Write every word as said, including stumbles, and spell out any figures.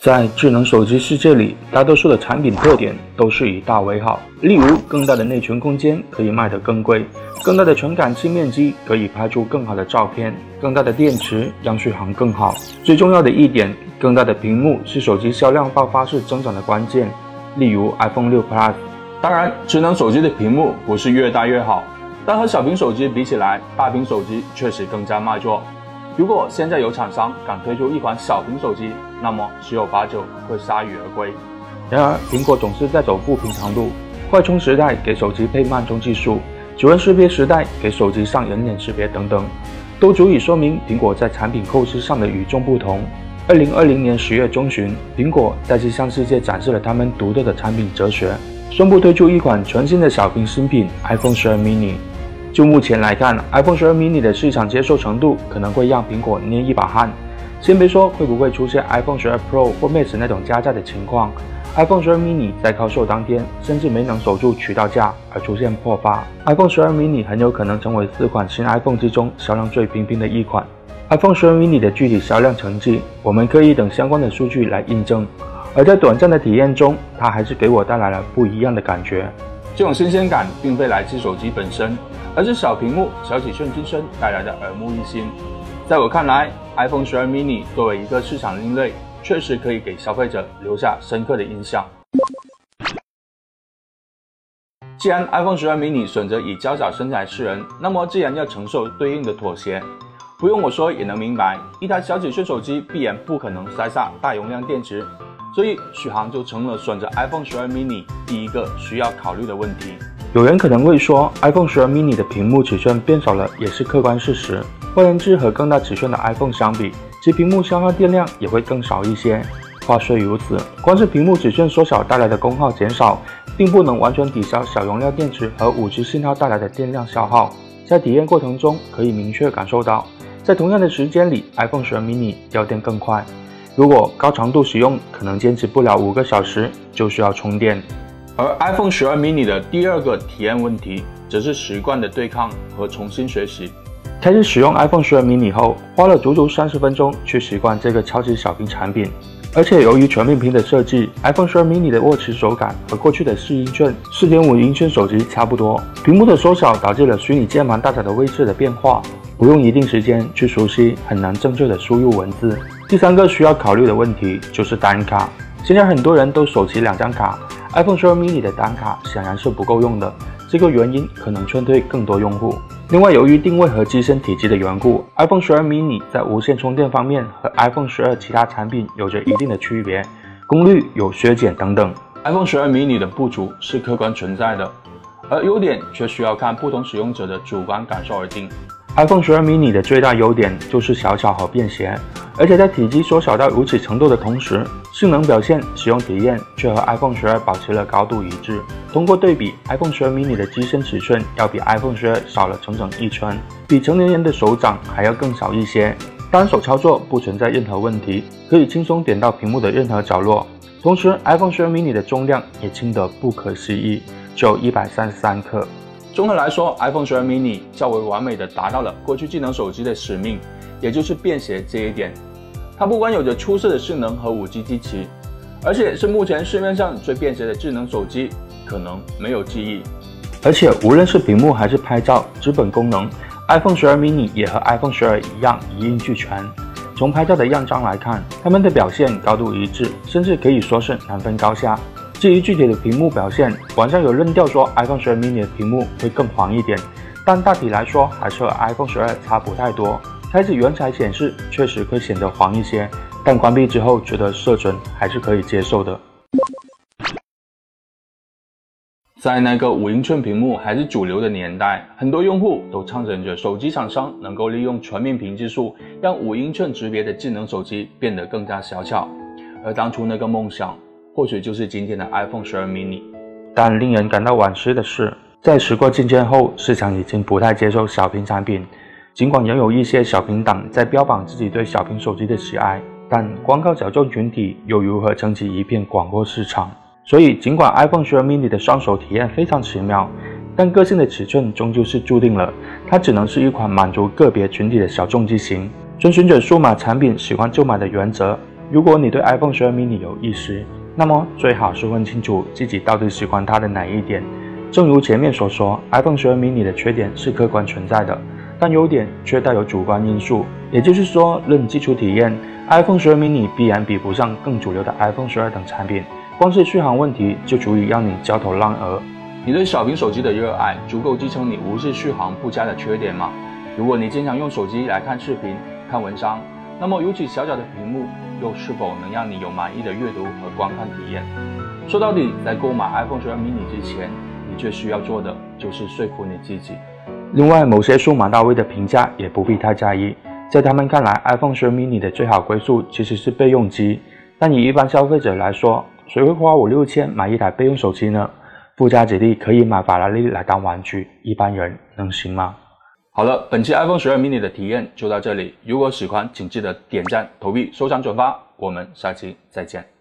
在智能手机世界里，大多数的产品特点都是以大为好，例如更大的内存空间可以卖得更贵，更大的传感器面积可以拍出更好的照片，更大的电池让续航更好。最重要的一点，更大的屏幕是手机销量爆发式增长的关键，例如 iPhone 六 Plus。 当然，智能手机的屏幕不是越大越好，但和小屏手机比起来，大屏手机确实更加卖座。如果现在有厂商敢推出一款小屏手机，那么十有八九会铩羽而归。 然而，苹果总是在走不平常路，快充时代给手机配慢充技术，指纹识别时代给手机上人脸识别等等，都足以说明苹果在产品构思上的与众不同。二零二零年十月中旬，苹果再次向世界展示了他们独特的产品哲学，宣布推出一款全新的小屏新品 iPhone 十二 mini。就目前来看 ，iPhone 十二 mini 的市场接受程度可能会让苹果捏一把汗。先别说会不会出现 iPhone 十二 Pro 或 Max 那种加价的情况 ，iPhone 十二 mini 在抛售当天甚至没能守住渠道价而出现破发。iPhone 十二 mini 很有可能成为四款新 iPhone 之中销量最平平的一款。iPhone 十二 mini 的具体销量成绩，我们可以等相关的数据来印证。而在短暂的体验中，它还是给我带来了不一样的感觉。 这种新鲜感并非来自手机本身，而是小屏幕、小尺寸机身带来的耳目一新。在我看来 ，iPhone 十二 mini 作为一个市场另类，确实可以给消费者留下深刻的印象。既然 iPhone 十二 mini 选择以较小身材示人，那么自然要承受对应的妥协。不用我说也能明白，一台小尺寸手机必然不可能塞下大容量电池，所以续航就成了选择 iPhone 十二 mini 第一个需要考虑的问题。 有人可能会说 ，iPhone 十二 mini 的屏幕尺寸变小了也是客观事实。换言之，和更大尺寸的 iPhone 相比，其屏幕消耗电量也会更少一些。话虽如此，光是屏幕尺寸缩小带来的功耗减少，并不能完全抵消小容量电池和 五 G 信号带来的电量消耗。在体验过程中，可以明确感受到，在同样的时间里 ，iPhone 十二 mini 掉电更快。如果高强度使用，可能坚持不了五个小时就需要充电。 而 iPhone 十二 mini 的第二个体验问题，则是习惯的对抗和重新学习。 开始使用 iPhone 十二 mini 后，花了足足三十分钟去习惯这个超级小屏产品。而且由于全面屏的设计 ，iPhone 十二 mini 的握持手感和过去的四英寸、四点五英寸手机差不多。屏幕的缩小导致了虚拟键盘大小的位置的变化，不用一定时间去熟悉，很难正确的输入文字。第三个需要考虑的问题就是单卡。现在很多人都手持两张卡 ，iPhone 十二 mini 的单卡显然是不够用的，这个原因可能劝退更多用户。另外，由于定位和机身体积的缘故 ，iPhone 十二 mini 在无线充电方面和 iPhone 十二其他产品有着一定的区别，功率有削减等等。 iPhone 十二 mini 的不足是客观存在的，而优点却需要看不同使用者的主观感受而定。 iPhone 十二 mini 的最大优点就是小巧和便携，而且在体积缩小到如此程度的同时，性能表现、使用体验却和 iPhone 十二保持了高度一致。通过对比 ，iPhone 十二 mini 的机身尺寸要比 iPhone 十二少了整整一寸，比成年人的手掌还要更小一些。单手操作不存在任何问题，可以轻松点到屏幕的任何角落。同时 ，iPhone 十二 mini 的重量也轻得不可思议，只有一百三十三克。 综合来说 ，iPhone 十二 mini 较为完美地达到了过去智能手机的使命，也就是便携这一点。它不光有着出色的性能和 五 G 基持，而且是目前市面上最便携的智能手机，可能没有记忆。 而且无论是屏幕还是拍照、纸本功能 ，iPhone 十二 mini 也和 iPhone 十二一样一应俱全。从拍照的样张来看，它们的表现高度一致，甚至可以说是难分高下。至于具体的屏幕表现，网上有论调说 iPhone 十二 mini 的屏幕会更黄一点，但大体来说还是和 iPhone 十二差不太多。开启原彩显示确实会显得黄一些，但关闭之后觉得色准还是可以接受的。 在那个五英寸屏幕还是主流的年代，很多用户都畅想着手机厂商能够利用全面屏技术，让五英寸级别的智能手机变得更加小巧。而当初那个梦想，或许就是今天的 iPhone 十二 mini。 但令人感到惋惜的是，在时过境迁后，市场已经不太接受小屏产品。尽管仍有一些小屏党在标榜自己对小屏手机的喜爱，但光靠小众群体又如何撑起一片广阔市场？所以，尽管 iPhone 十二 mini 的双手体验非常奇妙，但个性的尺寸终究是注定了，它只能是一款满足个别群体的小众机型。遵循着数码产品喜欢就买的原则如果你对 iPhone 十二 mini 有意思，那么最好是问清楚自己到底喜欢它的哪一点。正如前面所说 ，iPhone 十二 mini 的缺点是客观存在的，但优点却带有主观因素。也就是说，论基础体验 ，iPhone 十二 mini 必然比不上更主流的 iPhone 十二等产品。光是续航问题就足以让你焦头烂额。 你对小屏手机的热爱足够支撑你无视续航不佳的缺点吗？如果你经常用手机来看视频、看文章，那么如此小小的屏幕又是否能让你有满意的阅读和观看体验？说到底，在购买 iPhone 十二 mini 之前，你最需要做的就是说服你自己。 另外，某些数码大 V 的评价也不必太在意，在他们看来 iPhone 十二 mini 的最好归宿其实是备用机，但以一般消费者来说，谁会花五六千买一台备用手机呢？富家子弟可以买法拉利来当玩具，一般人能行吗？ 好了，本期 iPhone 十二 mini 的体验就到这里。如果喜欢，请记得点赞、投币、收藏、转发。我们下期再见。